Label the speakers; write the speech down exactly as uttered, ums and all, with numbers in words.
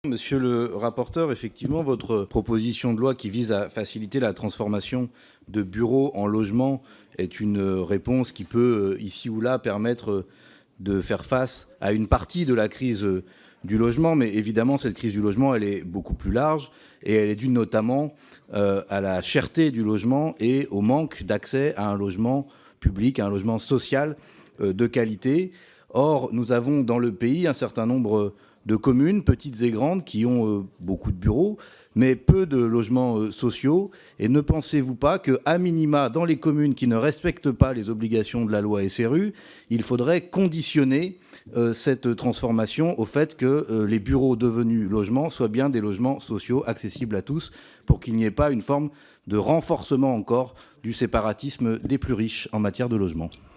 Speaker 1: Monsieur le rapporteur, effectivement, votre proposition de loi qui vise à faciliter la transformation de bureaux en logements est une réponse qui peut, ici ou là, permettre de faire face à une partie de la crise du logement. Mais évidemment, cette crise du logement, elle est beaucoup plus large et elle est due notamment euh, à la cherté du logement et au manque d'accès à un logement public, à un logement social euh, de qualité. Or, nous avons dans le pays un certain nombre de communes, petites et grandes, qui ont euh, beaucoup de bureaux, mais peu de logements euh, sociaux. Et ne pensez-vous pas qu'à minima, dans les communes qui ne respectent pas les obligations de la loi S R U, il faudrait conditionner euh, cette transformation au fait que euh, les bureaux devenus logements soient bien des logements sociaux accessibles à tous, pour qu'il n'y ait pas une forme de renforcement encore du séparatisme des plus riches en matière de logement.